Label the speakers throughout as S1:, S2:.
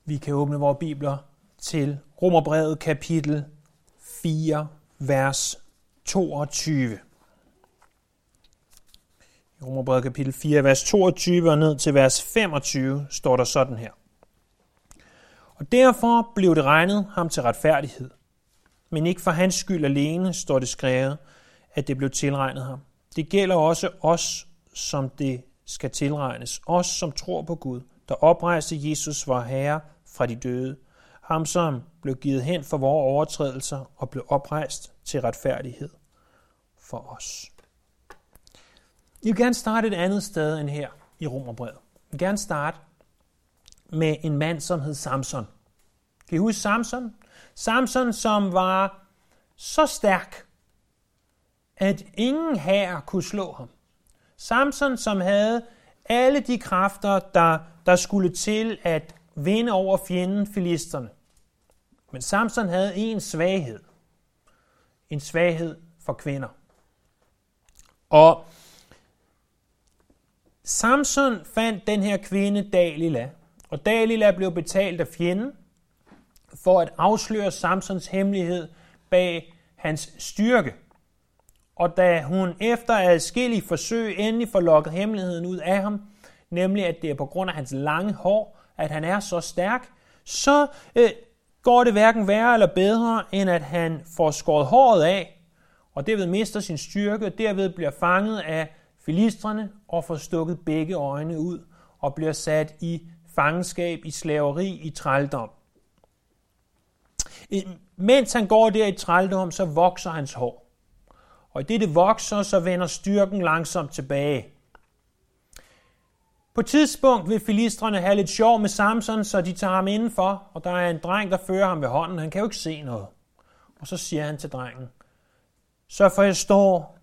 S1: Vi kan åbne vores bibler til Romerbrevet kapitel 4, vers 22. I Romerbrevet kapitel 4, vers 22 og ned til vers 25 står der sådan her. Og derfor blev det regnet ham til retfærdighed. Men ikke for hans skyld alene står det skrevet, at det blev tilregnet ham. Det gælder også os, som det skal tilregnes. Os, som tror på Gud, der oprejste Jesus vor Herre fra de døde. Ham, som blev givet hen for vores overtrædelser og blev oprejst til retfærdighed for os. Jeg vil gerne starte et andet sted end her i Romerbrevet. Jeg vil gerne starte med en mand, som hed Samson. Kan I huske Samson? Samson, som var så stærk, at ingen hær kunne slå ham. Samson, som havde alle de kræfter, der skulle til at vinde over fjenden, filisterne. Men Samson havde en svaghed. En svaghed for kvinder. Og Samson fandt den her kvinde Dalila, og Dalila blev betalt af fjenden for at afsløre Samsons hemmelighed bag hans styrke. Og da hun efter adskillige forsøg endelig får lokket hemmeligheden ud af ham, nemlig at det er på grund af hans lange hår, at han er så stærk, så går det hverken værre eller bedre, end at han får skåret håret af, og derved mister sin styrke, og derved bliver fanget af filistrene og får stukket begge øjne ud, og bliver sat i fangenskab, i slaveri, i trældom. Mens han går der i trældom, så vokser hans hår. Og i det vokser, så vender styrken langsomt tilbage. På et tidspunkt vil filistrene have lidt sjov med Samson, så de tager ham indenfor, og der er en dreng, der fører ham ved hånden. Han kan jo ikke se noget. Og så siger han til drengen, så for jeg står,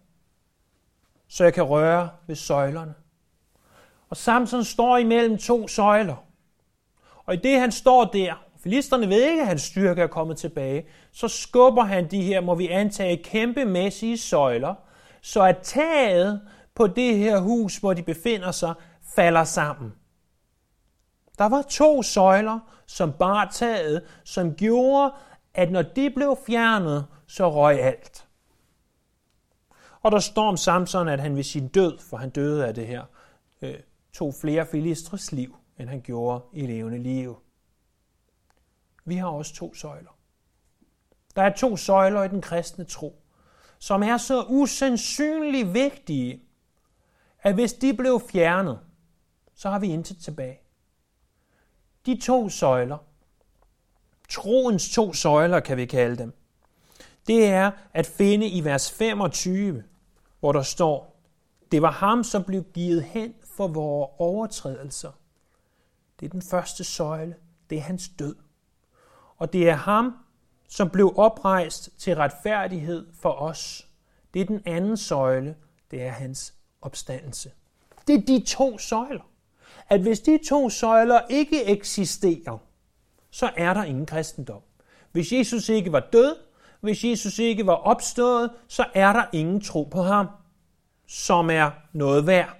S1: så jeg kan røre ved søjlerne. Og Samson står imellem to søjler. Og i det han står der, filistrene ved ikke, at hans styrke er kommet tilbage, så skubber han de her, må vi antage, kæmpemæssige søjler, så at taget på det her hus, hvor de befinder sig, falder sammen. Der var to søjler, som bar taget, som gjorde, at når de blev fjernet, så røg alt. Og der står om Samson, at han ved sin død, for han døde af det her, tog flere filistres liv, end han gjorde i levende liv. Vi har også to søjler. Der er to søjler i den kristne tro, som er så usandsynligt vigtige, at hvis de blev fjernet, så har vi intet tilbage. De to søjler, troens to søjler kan vi kalde dem, det er at finde i vers 25, hvor der står, det var ham, som blev givet hen for vores overtrædelser. Det er den første søjle, det er hans død. Og det er ham, som blev oprejst til retfærdighed for os. Det er den anden søjle, det er hans opstandelse. Det er de to søjler. At hvis de to søjler ikke eksisterer, så er der ingen kristendom. Hvis Jesus ikke var død, hvis Jesus ikke var opstået, så er der ingen tro på ham, som er noget værd.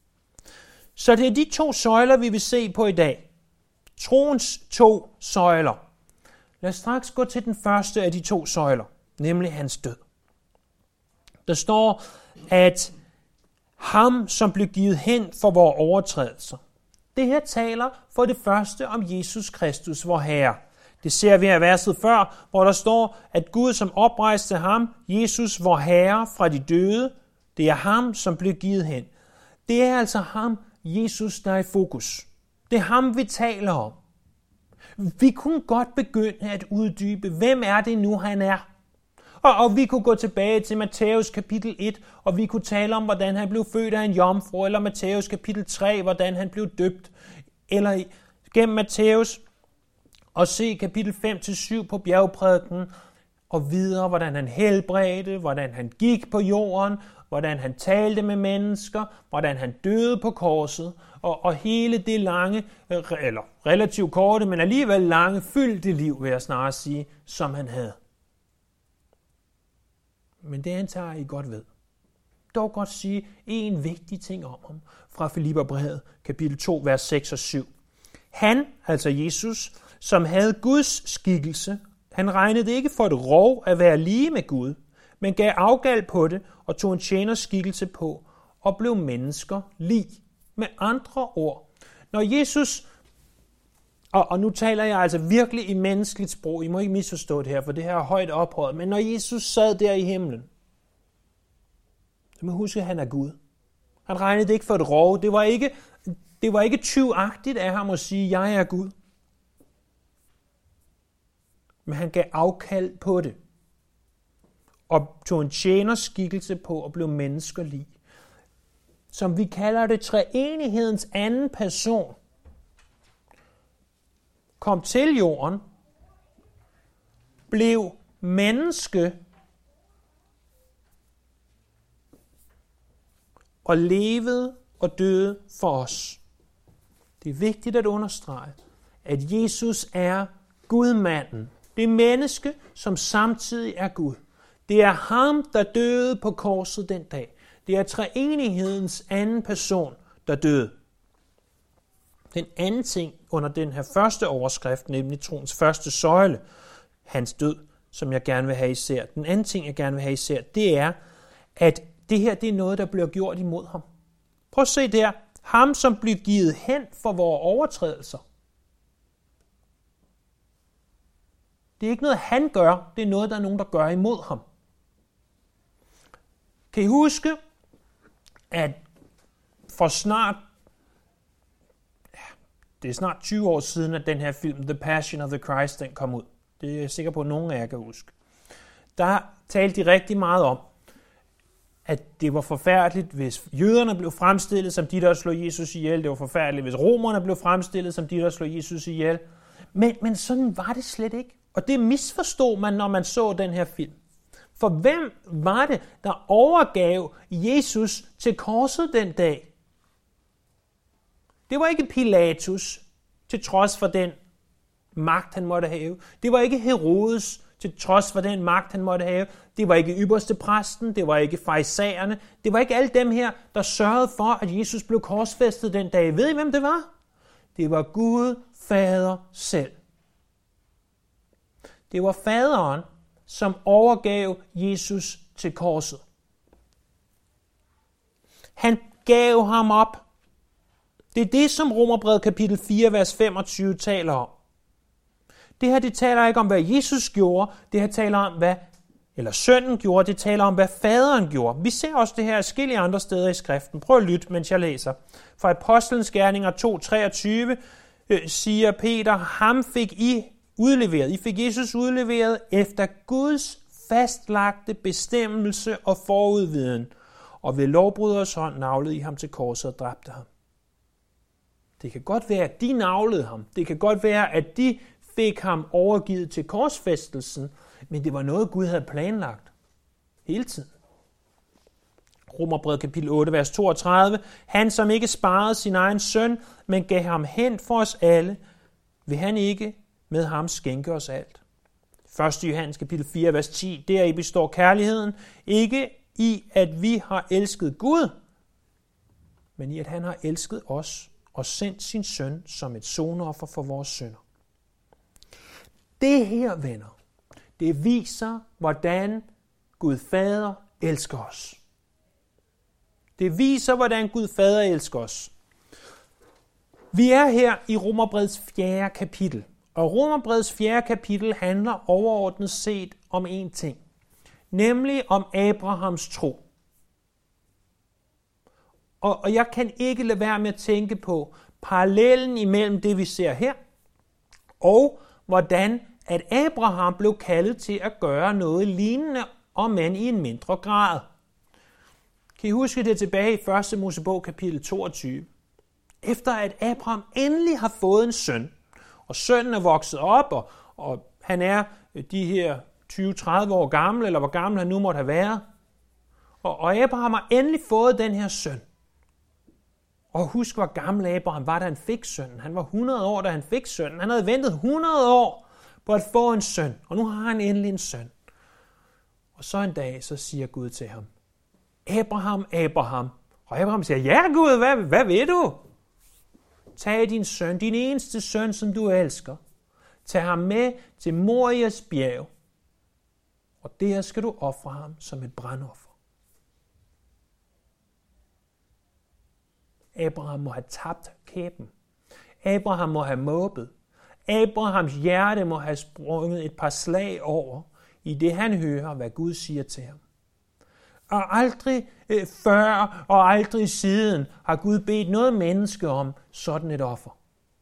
S1: Så det er de to søjler, vi vil se på i dag. Troens to søjler. Lad os straks gå til den første af de to søjler, nemlig hans død. Der står, at ham, som blev givet hen for vores overtrædelser. Det her taler for det første om Jesus Kristus, vor Herre. Det ser vi i verset før, hvor der står, at Gud, som oprejste ham, Jesus, vor Herre, fra de døde, det er ham, som blev givet hen. Det er altså ham, Jesus, der er i fokus. Det er ham, vi taler om. Vi kunne godt begynde at uddybe, hvem er det nu, han er? Og vi kunne gå tilbage til Matthæus kapitel 1, og vi kunne tale om, hvordan han blev født af en jomfru, eller Matthæus kapitel 3, hvordan han blev døbt, eller gennem Matthæus, og se kapitel 5-7 på bjergprædiken, og videre, hvordan han helbredte, hvordan han gik på jorden, hvordan han talte med mennesker, hvordan han døde på korset, og hele det lange, eller relativt korte, men alligevel lange, fyldte liv, vil jeg snarere sige, som han havde. Men det antager I godt ved. Dog godt sige en vigtig ting om ham fra Filipperbrevet, kapitel 2, vers 6 og 7. Han, altså Jesus, som havde Guds skikkelse. Han regnede det ikke for et rov at være lige med Gud, men gav afgald på det og tog en tjeners skikkelse på og blev mennesker lig. Med andre ord, når Jesus, og nu taler jeg altså virkelig i menneskeligt sprog, I må ikke misforstå det her, for det her er højt ophøjet, men når Jesus sad der i himlen, så må huske, at han er Gud. Han regnede det ikke for et rov. Det var ikke tyvagtigt af ham at sige, jeg er Gud. Men han gav afkald på det. Og tog en tjeners skikkelse på og blev menneskelig. Som vi kalder det, treenighedens anden person, kom til jorden, blev menneske og levede og døde for os. Det er vigtigt at understrege, at Jesus er Gudmanden. Det er menneske, som samtidig er Gud. Det er ham, der døde på korset den dag. Det er treenighedens anden person, der døde. Den anden ting under den her første overskrift, nemlig troens første søjle, hans død, som jeg gerne vil have især. Den anden ting, jeg gerne vil have især, det er, at det her det er noget, der bliver gjort imod ham. Prøv at se der. Ham, som blev givet hen for vores overtrædelser. Det er ikke noget, han gør. Det er noget, der er nogen, der gør imod ham. Kan I huske, at for det er snart 20 år siden, at den her film, The Passion of the Christ, den kom ud. Det er jeg sikker på, at nogen af jer kan huske. Der talte de rigtig meget om, at det var forfærdeligt, hvis jøderne blev fremstillet som de, der slog Jesus ihjel. Det var forfærdeligt, hvis romerne blev fremstillet som de, der slog Jesus ihjel. Men sådan var det slet ikke. Og det misforstod man, når man så den her film. For hvem var det, der overgav Jesus til korset den dag? Det var ikke Pilatus, til trods for den magt, han måtte have. Det var ikke Herodes, til trods for den magt, han måtte have. Det var ikke ypperste præsten, det var ikke farisæerne. Det var ikke alle dem her, der sørgede for, at Jesus blev korsfæstet den dag. Ved I, hvem det var? Det var Gud Fader selv. Det var faderen, som overgav Jesus til korset. Han gav ham op. Det er det, som Romerbrevet kapitel 4, vers 25 taler om. Det her, det taler ikke om, hvad Jesus gjorde. Det her taler om, hvad sønnen gjorde. Det taler om, hvad faderen gjorde. Vi ser også det her forskellige andre steder i skriften. Prøv at lytte, mens jeg læser. Fra Apostlenes Gerninger 2:23 siger Peter, ham fik I udleveret. I fik Jesus udleveret efter Guds fastlagte bestemmelse og forudviden. Og ved lovbryders hånd naglede I ham til korset og dræbte ham. Det kan godt være, at de naglede ham. Det kan godt være, at de fik ham overgivet til korsfæstelsen, men det var noget, Gud havde planlagt hele tiden. Romerbrevet kapitel 8, vers 32. Han, som ikke sparede sin egen søn, men gav ham hen for os alle, vil han ikke med ham skænke os alt. 1. Johannes kapitel 4, vers 10. Deri består kærligheden, ikke i, at vi har elsket Gud, men i, at han har elsket os og sendt sin søn som et sonoffer for vores synder. Det her, venner, det viser, hvordan Gud Fader elsker os. Det viser, hvordan Gud Fader elsker os. Vi er her i Romerbrevets 4. kapitel. Og Romerbrevets 4. kapitel handler overordnet set om en ting. Nemlig om Abrahams tro. Og jeg kan ikke lade være med at tænke på parallellen imellem det, vi ser her, og hvordan at Abraham blev kaldet til at gøre noget lignende, om men i en mindre grad. Kan I huske det tilbage i 1. Mosebog kapitel 22? Efter at Abraham endelig har fået en søn, og sønnen er vokset op, og han er de her 20-30 år gammel, eller hvor gammel han nu måtte have været, og Abraham har endelig fået den her søn. Og husk, hvor gammel Abraham var, da han fik sønnen. Han var 100 år, da han fik sønnen. Han havde ventet 100 år på at få en søn, og nu har han endelig en søn. Og så en dag, så siger Gud til ham, Abraham, Abraham. Og Abraham siger, ja Gud, hvad vil du? Tag din søn, din eneste søn, som du elsker. Tag ham med til Morias bjerg, og der skal du ofre ham som et brandoffer. Abraham må have tabt kæben. Abraham må have måbet. Abrahams hjerte må have sprunget et par slag over, i det han hører, hvad Gud siger til ham. Og aldrig før og aldrig siden har Gud bedt noget menneske om sådan et offer.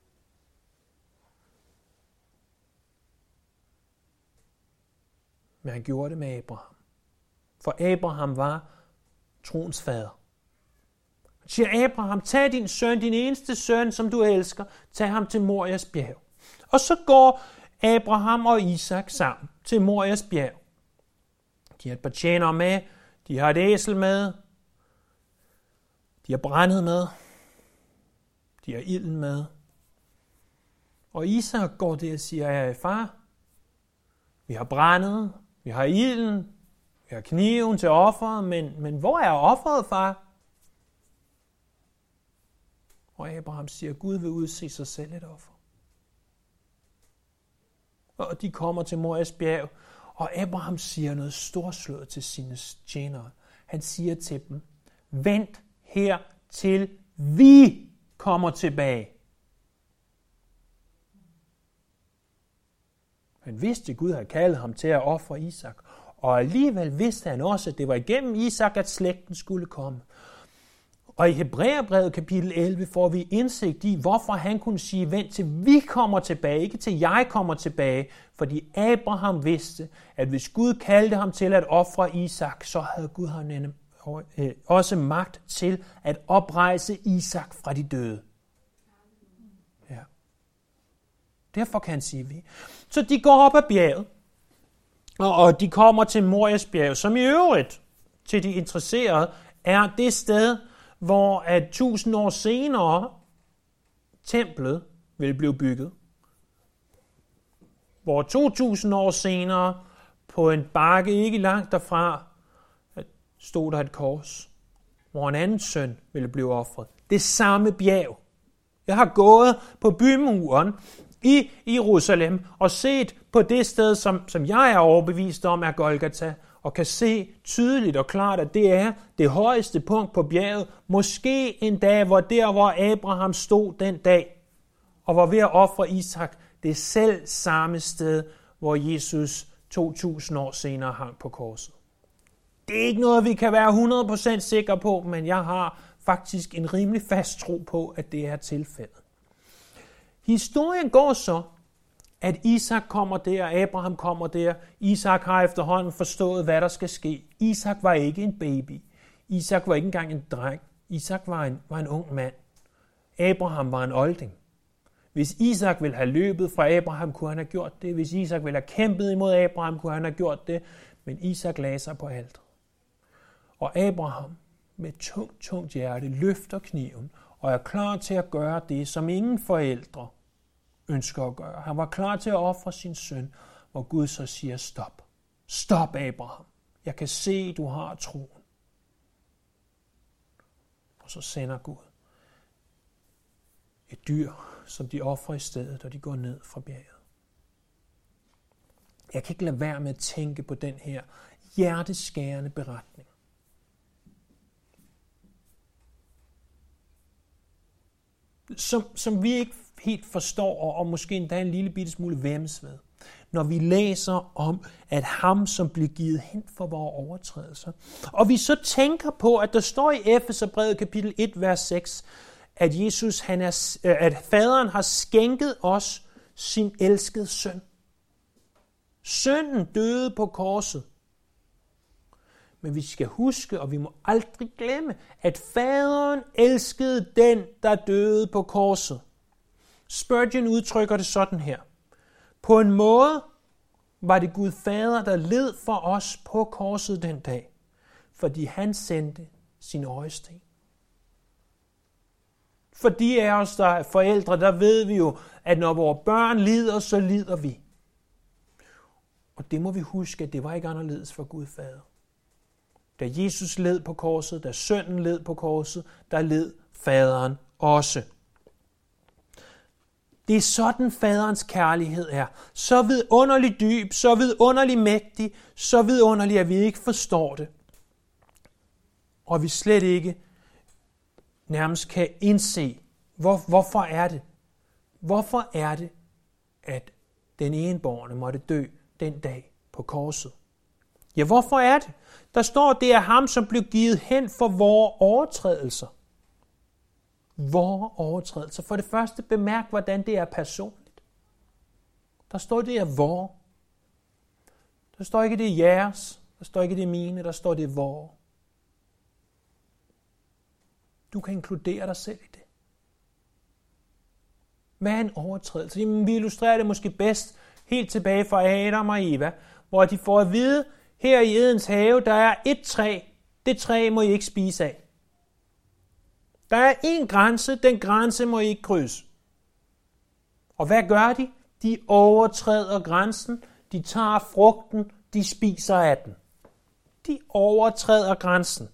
S1: Men han gjorde det med Abraham. For Abraham var troens fader. Han siger, Abraham, tag din søn, din eneste søn, som du elsker, tag ham til Morias bjerg. Og så går Abraham og Isak sammen til Morias bjerg. De har et par tjenere med, de har et æsel med, de har brændet med, de har ilden med. Og Isak går der og siger, far, vi har brændet, vi har ilden, vi har kniven til offeret, men hvor er offeret, far? Og Abraham siger, Gud vil udse sig selv et offer. Og de kommer til Morias bjerg, og Abraham siger noget storslået til sine tjenere. Han siger til dem, vent her til vi kommer tilbage. Han vidste, at Gud havde kaldet ham til at ofre Isak, og alligevel vidste han også, at det var igennem Isak, at slægten skulle komme. Og i Hebræerbrevet kapitel 11 får vi indsigt i, hvorfor han kunne sige, vent til vi kommer tilbage, ikke til jeg kommer tilbage. Fordi Abraham vidste, at hvis Gud kaldte ham til at ofre Isak, så havde Gud ham også magt til at oprejse Isak fra de døde. Ja. Derfor kan han sige vi. Så de går op ad bjerget, og de kommer til Morias bjerg, som i øvrigt til de interesserede er det sted, hvor at 1000 år senere templet vil blive bygget. Hvor 2000 år senere på en bakke ikke langt derfra stod der et kors, hvor en anden søn ville blive ofret. Det samme bjerg. Jeg har gået på bymuren i Jerusalem og set på det sted, som jeg er overbevist om er Golgata, og kan se tydeligt og klart, at det er det højeste punkt på bjerget, måske en dag, hvor Abraham stod den dag, og var ved at ofre Isak, det er selv samme sted, hvor Jesus 2000 år senere hang på korset. Det er ikke noget, vi kan være 100% sikre på, men jeg har faktisk en rimelig fast tro på, at det er tilfældet. Historien går så, at Isak kommer der, Abraham kommer der. Isak har efterhånden forstået, hvad der skal ske. Isak var ikke en baby. Isak var ikke engang en dreng. Isak var en ung mand. Abraham var en olding. Hvis Isak ville have løbet fra Abraham, kunne han have gjort det. Hvis Isak ville have kæmpet imod Abraham, kunne han have gjort det. Men Isak lagde sig på alteret. Og Abraham med tungt hjerte løfter kniven og er klar til at gøre det, som ingen forældre ønsker at gøre. Han var klar til at ofre sin søn, hvor Gud så siger, stop. Stop, Abraham. Jeg kan se, du har troen. Og så sender Gud et dyr, som de ofrer i stedet, og de går ned fra bjerget. Jeg kan ikke lade være med at tænke på den her hjerteskærende beretning. Som vi ikke helt forstår, og måske endda en lille bitte smule væmmes ved. Når vi læser om, at ham, som blev givet hen for vores overtrædelser. Og vi så tænker på, at der står i Efeserbrevet kapitel 1, vers 6, at at faderen har skænket os sin elskede søn. Sønnen døde på korset. Men vi skal huske, og vi må aldrig glemme, at faderen elskede den, der døde på korset. Spurgeon udtrykker det sådan her. På en måde var det Gud Fader, der led for os på korset den dag, fordi han sendte sin øjesten. For de af os, der er forældre, der ved vi jo, at når vores børn lider, så lider vi. Og det må vi huske, at det var ikke anderledes for Gud Fader. Da Jesus led på korset, da sønnen led på korset, der led faderen også. Det er sådan faderens kærlighed er. Så vidunderlig dyb, så vidunderlig mægtig, så vidunderlig, at vi ikke forstår det. Og vi slet ikke nærmest kan indse, hvorfor er det? Hvorfor er det, at den enbårne måtte dø den dag på korset? Ja, hvorfor er det? Der står, det er ham, som blev givet hen for vores overtrædelser. Vores overtrædelser. For det første, bemærk, hvordan det er personligt. Der står, det er vor. Der står ikke, det er jeres. Der står ikke, det er mine. Der står, det er vor. Du kan inkludere dig selv i det. Hvad er en overtrædelse? Jamen, vi illustrerer det måske bedst helt tilbage fra Adam og Eva, hvor de får at vide, her i Edens have, der er et træ. Det træ må I ikke spise af. Der er en grænse, den grænse må I ikke krydse. Og hvad gør de? De overtræder grænsen, de tager frugten, de spiser af den. De overtræder grænsen.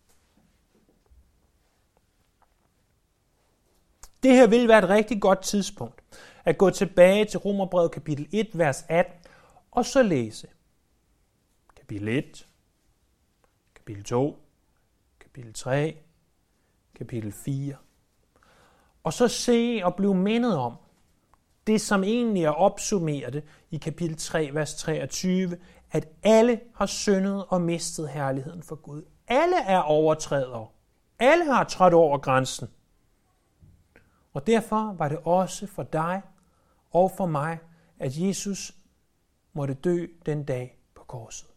S1: Det her vil være et rigtig godt tidspunkt at gå tilbage til Romerbrevet kapitel 1, vers 18, og så læse kapitel 1, kapitel 2, kapitel 3, kapitel 4. Og så se og blive mindet om det, som egentlig er opsummeret i kapitel 3, vers 23, at alle har syndet og mistet herligheden for Gud. Alle er overtrædere. Alle har trådt over grænsen. Og derfor var det også for dig og for mig, at Jesus måtte dø den dag på korset.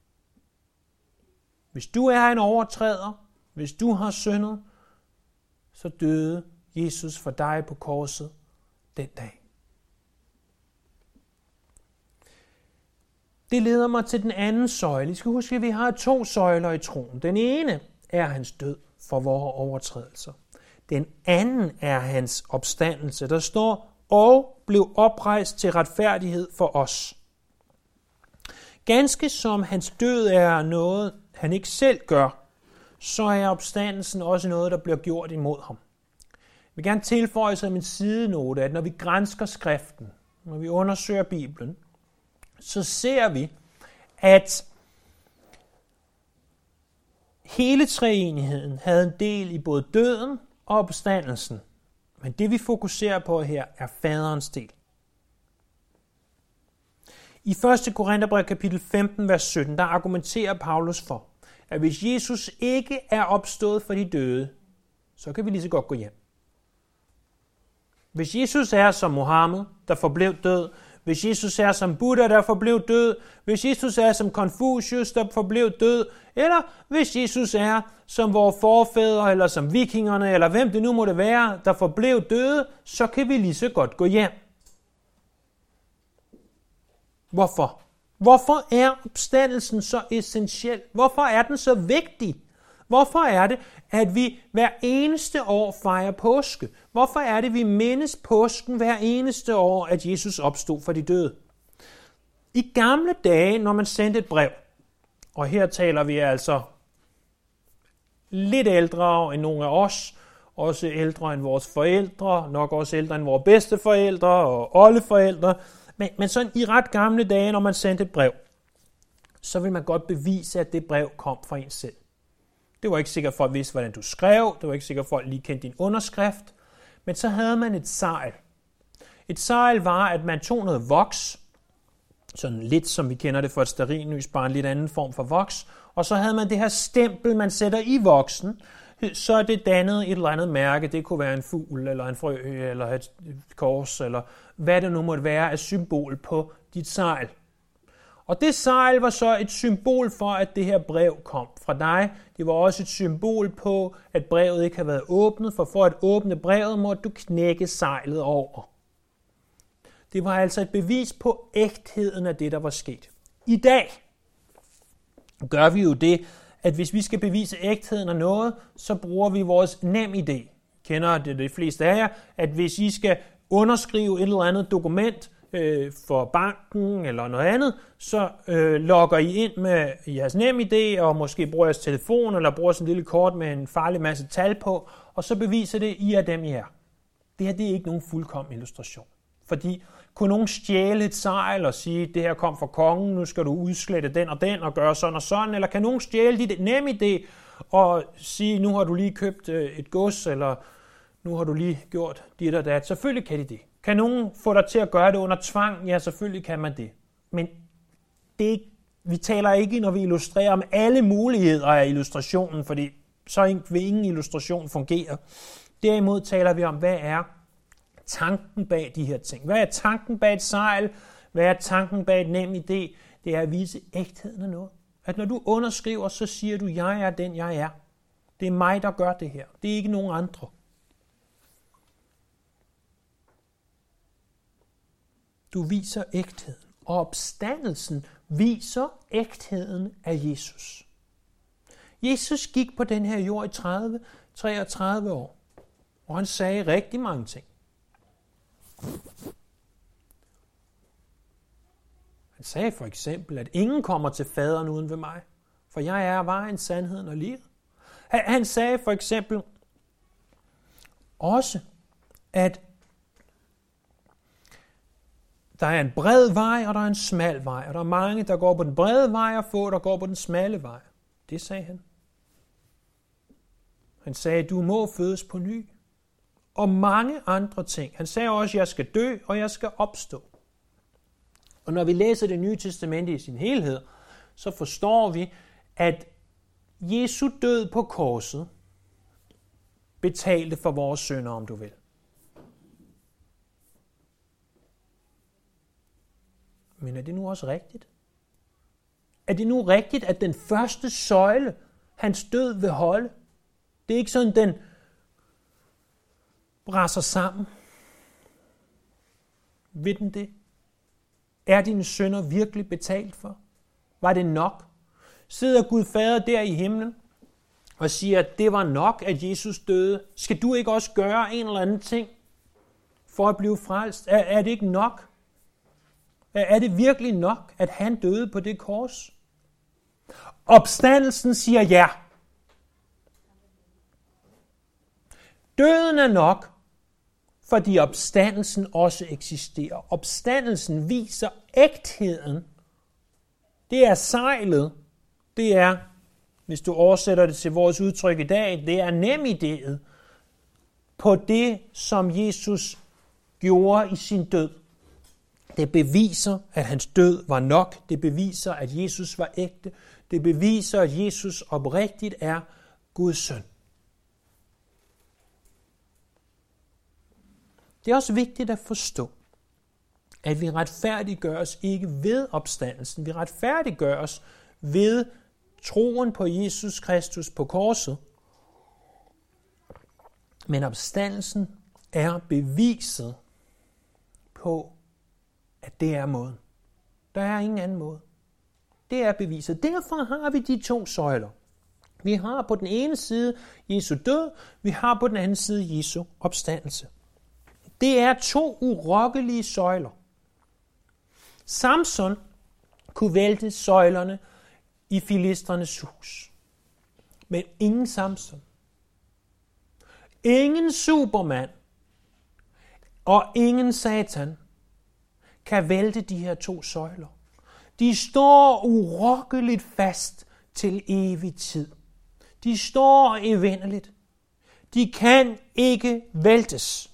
S1: Hvis du er en overtræder, hvis du har syndet, så døde Jesus for dig på korset den dag. Det leder mig til den anden søjle. I skal huske, at vi har 2 søjler i troen. Den ene er hans død for vores overtrædelser. Den anden er hans opstandelse. Der står, og blev oprejst til retfærdighed for os. Ganske som hans død er noget, han ikke selv gør, så er opstandelsen også noget, der bliver gjort imod ham. Jeg vil gerne tilføje som en sidenote, at når vi gransker skriften, når vi undersøger Bibelen, så ser vi, at hele treenigheden havde en del i både døden og opstandelsen. Men det vi fokuserer på her er faderens del. I 1. Korintherbrev kapitel 15, vers 17, der argumenterer Paulus for, at hvis Jesus ikke er opstået for de døde, så kan vi lige så godt gå hjem. Hvis Jesus er som Mohammed, der forblev død, hvis Jesus er som Buddha, der forblev død, hvis Jesus er som Konfucius, der forblev død, eller hvis Jesus er som vores forfædre, eller som vikingerne, eller hvem det nu måtte være, der forblev døde, så kan vi lige så godt gå hjem. Hvorfor? Hvorfor er opstandelsen så essentiel? Hvorfor er den så vigtig? Hvorfor er det, at vi hver eneste år fejrer påske? Hvorfor er det, vi mindes påsken hver eneste år, at Jesus opstod for de døde? I gamle dage, når man sendte et brev, og her taler vi altså lidt ældre end nogle af os, også ældre end vores forældre, nok også ældre end vores bedsteforældre og oldeforældre, men sådan i ret gamle dage, når man sendte et brev, så vil man godt bevise, at det brev kom fra en selv. Det var ikke sikkert, at folk vidste, hvordan du skrev. Det var ikke sikkert, at folk lige kendte din underskrift. Men så havde man et segl. Et segl var, at man tog noget voks, sådan lidt som vi kender det for et stearinlys, bare en lidt anden form for voks, og så havde man det her stempel, man sætter i voksen, så det dannede et eller andet mærke. Det kunne være en fugl, eller en frø, eller et kors, eller hvad det nu måtte være af symbol på dit segl. Og det segl var så et symbol for, at det her brev kom fra dig. Det var også et symbol på, at brevet ikke havde været åbnet, for at åbne brevet, måtte du knække seglet over. Det var altså et bevis på ægtheden af det, der var sket. I dag gør vi jo det, at hvis vi skal bevise ægtheden af noget, så bruger vi vores NemID. Kender det de fleste af jer, at hvis I skal underskrive et eller andet dokument for banken eller noget andet, så logger I ind med jeres NemID og måske bruger jeres telefon eller bruger sådan en lille kort med en farlig masse tal på, og så beviser det, I er dem, I er. Det her det er ikke nogen fuldkommen illustration. Fordi kunne nogen stjæle et sejl og sige, det her kom fra kongen, nu skal du udslette den og gøre sådan og sådan, eller kan nogen stjæle dit nem idé og sige, nu har du lige købt et gods, eller nu har du lige gjort dit og dat. Selvfølgelig kan de det. Kan nogen få dig til at gøre det under tvang? Ja, selvfølgelig kan man det. Men det er ikke, vi taler ikke, når vi illustrerer om alle muligheder af illustrationen, fordi så vil ingen illustration fungere. Derimod taler vi om, hvad er tanken bag de her ting? Hvad er tanken bag et sejl? Hvad er tanken bag et nem idé? Det er at vise ægtheden af noget. At når du underskriver, så siger du, jeg er den, jeg er. Det er mig, der gør det her. Det er ikke nogen andre. Du viser ægtheden. Og opstandelsen viser ægtheden af Jesus. Jesus gik på den her jord i 33 år. Og han sagde rigtig mange ting. Han sagde for eksempel, at ingen kommer til faderen uden ved mig, for jeg er vejen, sandheden og livet. Han sagde for eksempel også, at der er en bred vej, og der er en smal vej, og der er mange, der går på den brede vej, og få, der går på den smalle vej. Det sagde han. Han sagde, du må fødes på ny. Og mange andre ting. Han sagde også, jeg skal dø, og jeg skal opstå. Og når vi læser det nye testamente i sin helhed, så forstår vi, at Jesu død på korset betalte for vores synder, om du vil. Men er det nu også rigtigt? Er det nu rigtigt, at den første søjle, hans død vil holde? Det er ikke sådan, den braser sammen. Ved den det? Er dine synder virkelig betalt for? Var det nok? Sidder Gud Fader der i himlen og siger, at det var nok, at Jesus døde? Skal du ikke også gøre en eller anden ting for at blive frelst? Er det ikke nok? Er det virkelig nok, at han døde på det kors? Opstandelsen siger ja. Døden er nok, fordi opstandelsen også eksisterer. Opstandelsen viser ægtheden. Det er sejlet. Det er, hvis du oversætter det til vores udtryk i dag, det er nemidéet på det, som Jesus gjorde i sin død. Det beviser, at hans død var nok. Det beviser, at Jesus var ægte. Det beviser, at Jesus oprigtigt er Guds søn. Det er også vigtigt at forstå, at vi retfærdiggøres ikke ved opstandelsen. Vi retfærdiggøres ved troen på Jesus Kristus på korset. Men opstandelsen er beviset på, at det er måden. Der er ingen anden måde. Det er beviset. Derfor har vi de to søjler. Vi har på den ene side Jesu død, vi har på den anden side Jesu opstandelse. Det er to urokkelige søjler. Samson kunne vælte søjlerne i filistrenes hus. Men ingen Samson. Ingen Superman og ingen Satan kan vælte de her to søjler. De står urokkeligt fast til evig tid. De står evindeligt. De kan ikke væltes.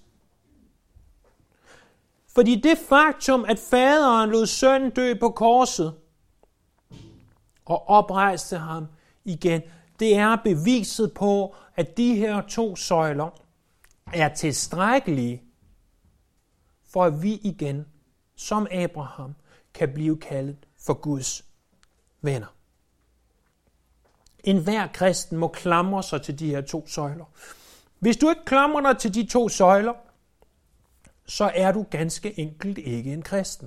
S1: Fordi det faktum, at faderen lod sønnen dø på korset og oprejste ham igen, det er beviset på, at de her to søjler er tilstrækkelige, for at vi igen, som Abraham, kan blive kaldet for Guds venner. Enhver kristen må klamre sig til de her to søjler. Hvis du ikke klamrer dig til de to søjler, så er du ganske enkelt ikke en kristen.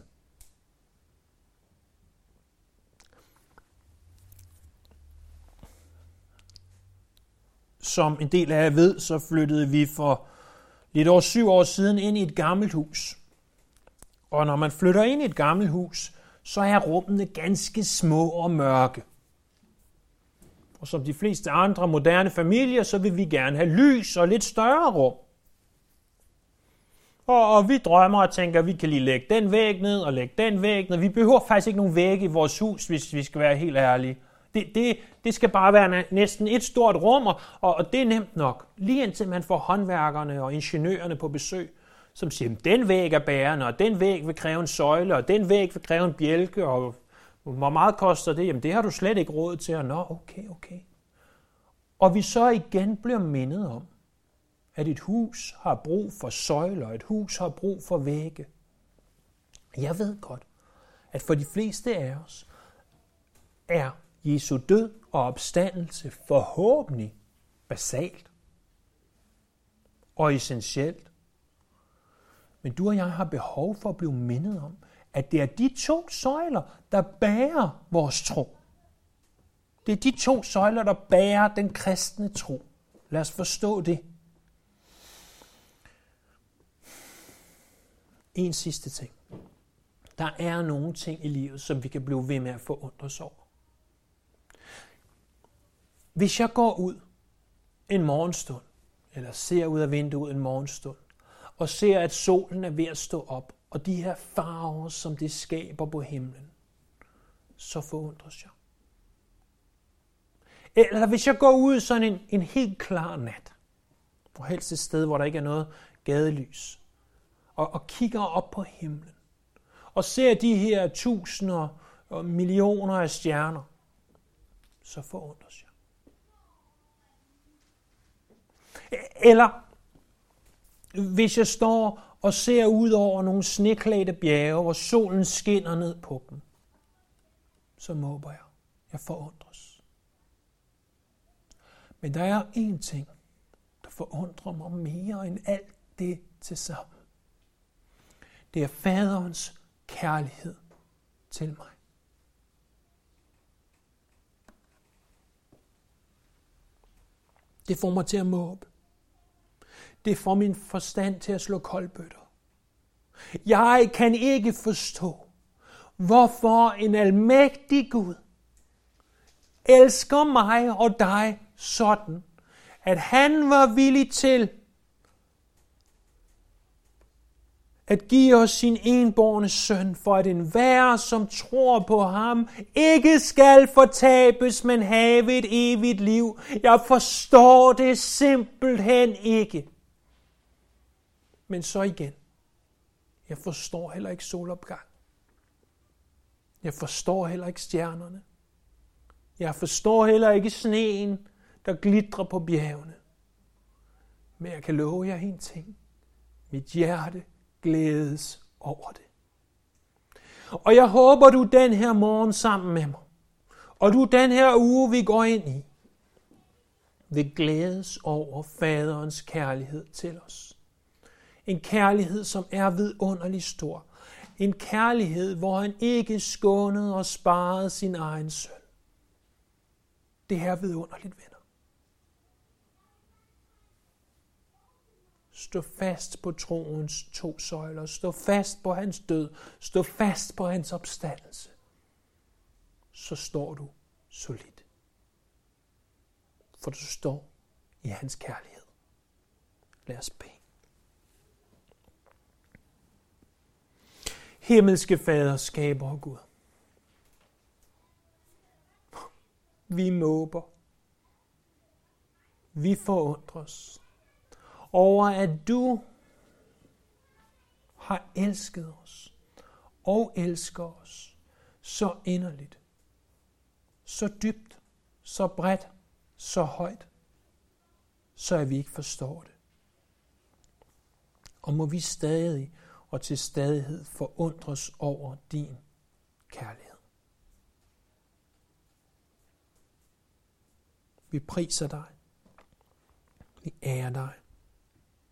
S1: Som en del af jer ved, så flyttede vi for lidt over 7 år siden ind i et gammelt hus. Og når man flytter ind i et gammelt hus, så er rummene ganske små og mørke. Og som de fleste andre moderne familier, så vil vi gerne have lys og lidt større rum. Og vi drømmer og tænker, at vi kan lige lægge den væg ned og lægge den væg ned. Vi behøver faktisk ikke nogen væg i vores hus, hvis vi skal være helt ærlige. Det skal bare være næsten et stort rum, og det er nemt nok. Lige indtil man får håndværkerne og ingeniørerne på besøg, som siger, at den væg er bærende, og den væg vil kræve en søjle, og den væg vil kræve en bjælke, og hvor meget koster det? Jamen det har du slet ikke råd til, og nå, okay. Og vi så igen bliver mindet om, at et hus har brug for søjler, et hus har brug for vægge. Jeg ved godt, at for de fleste af os er Jesu død og opstandelse forhåbentlig basalt og essentielt. Men du og jeg har behov for at blive mindet om, at det er de to søjler, der bærer vores tro. Det er de to søjler, der bærer den kristne tro. Lad os forstå det. En sidste ting. Der er nogle ting i livet, som vi kan blive ved med at forundres over. Hvis jeg går ud en morgenstund, eller ser ud af vinduet en morgenstund, og ser, at solen er ved at stå op, og de her farver, som det skaber på himlen, så forundres jeg. Eller hvis jeg går ud sådan en helt klar nat, og helst et sted, hvor der ikke er noget gadelys, og kigger op på himlen, og ser de her tusinder og millioner af stjerner, så forundres jeg. Eller hvis jeg står og ser ud over nogle sneklædte bjerge, hvor solen skinner ned på dem, så måber jeg. Jeg forundres. Men der er én ting, der forundrer mig mere end alt det til sammen. Det er faderens kærlighed til mig. Det får mig til at måbe. Det får min forstand til at slå kolbøtter. Jeg kan ikke forstå, hvorfor en almægtig Gud elsker mig og dig sådan, at han var villig til at give os sin enbårne søn, for at enhver, som tror på ham, ikke skal fortabes, men have et evigt liv. Jeg forstår det simpelthen ikke. Men så igen, jeg forstår heller ikke solopgang. Jeg forstår heller ikke stjernerne. Jeg forstår heller ikke sneen, der glitrer på bjergene. Men jeg kan love jer en ting. Mit hjerte glædes over det. Og jeg håber, du den her morgen sammen med mig, og du den her uge, vi går ind i, vil glædes over faderens kærlighed til os. En kærlighed, som er vidunderligt stor. En kærlighed, hvor han ikke skånede og sparede sin egen søn. Det er vidunderligt, venner. Stå fast på troens to søjler. Stå fast på hans død. Stå fast på hans opstandelse. Så står du solidt. For du står i hans kærlighed. Lad os bede. Himmelske Fader, skaber og Gud. Vi måber. Vi forundres over, at du har elsket os og elsker os så inderligt, så dybt, så bredt, så højt, så at vi ikke forstår det. Og må vi stadig og til stadighed forundres over din kærlighed. Vi priser dig. Vi ærer dig.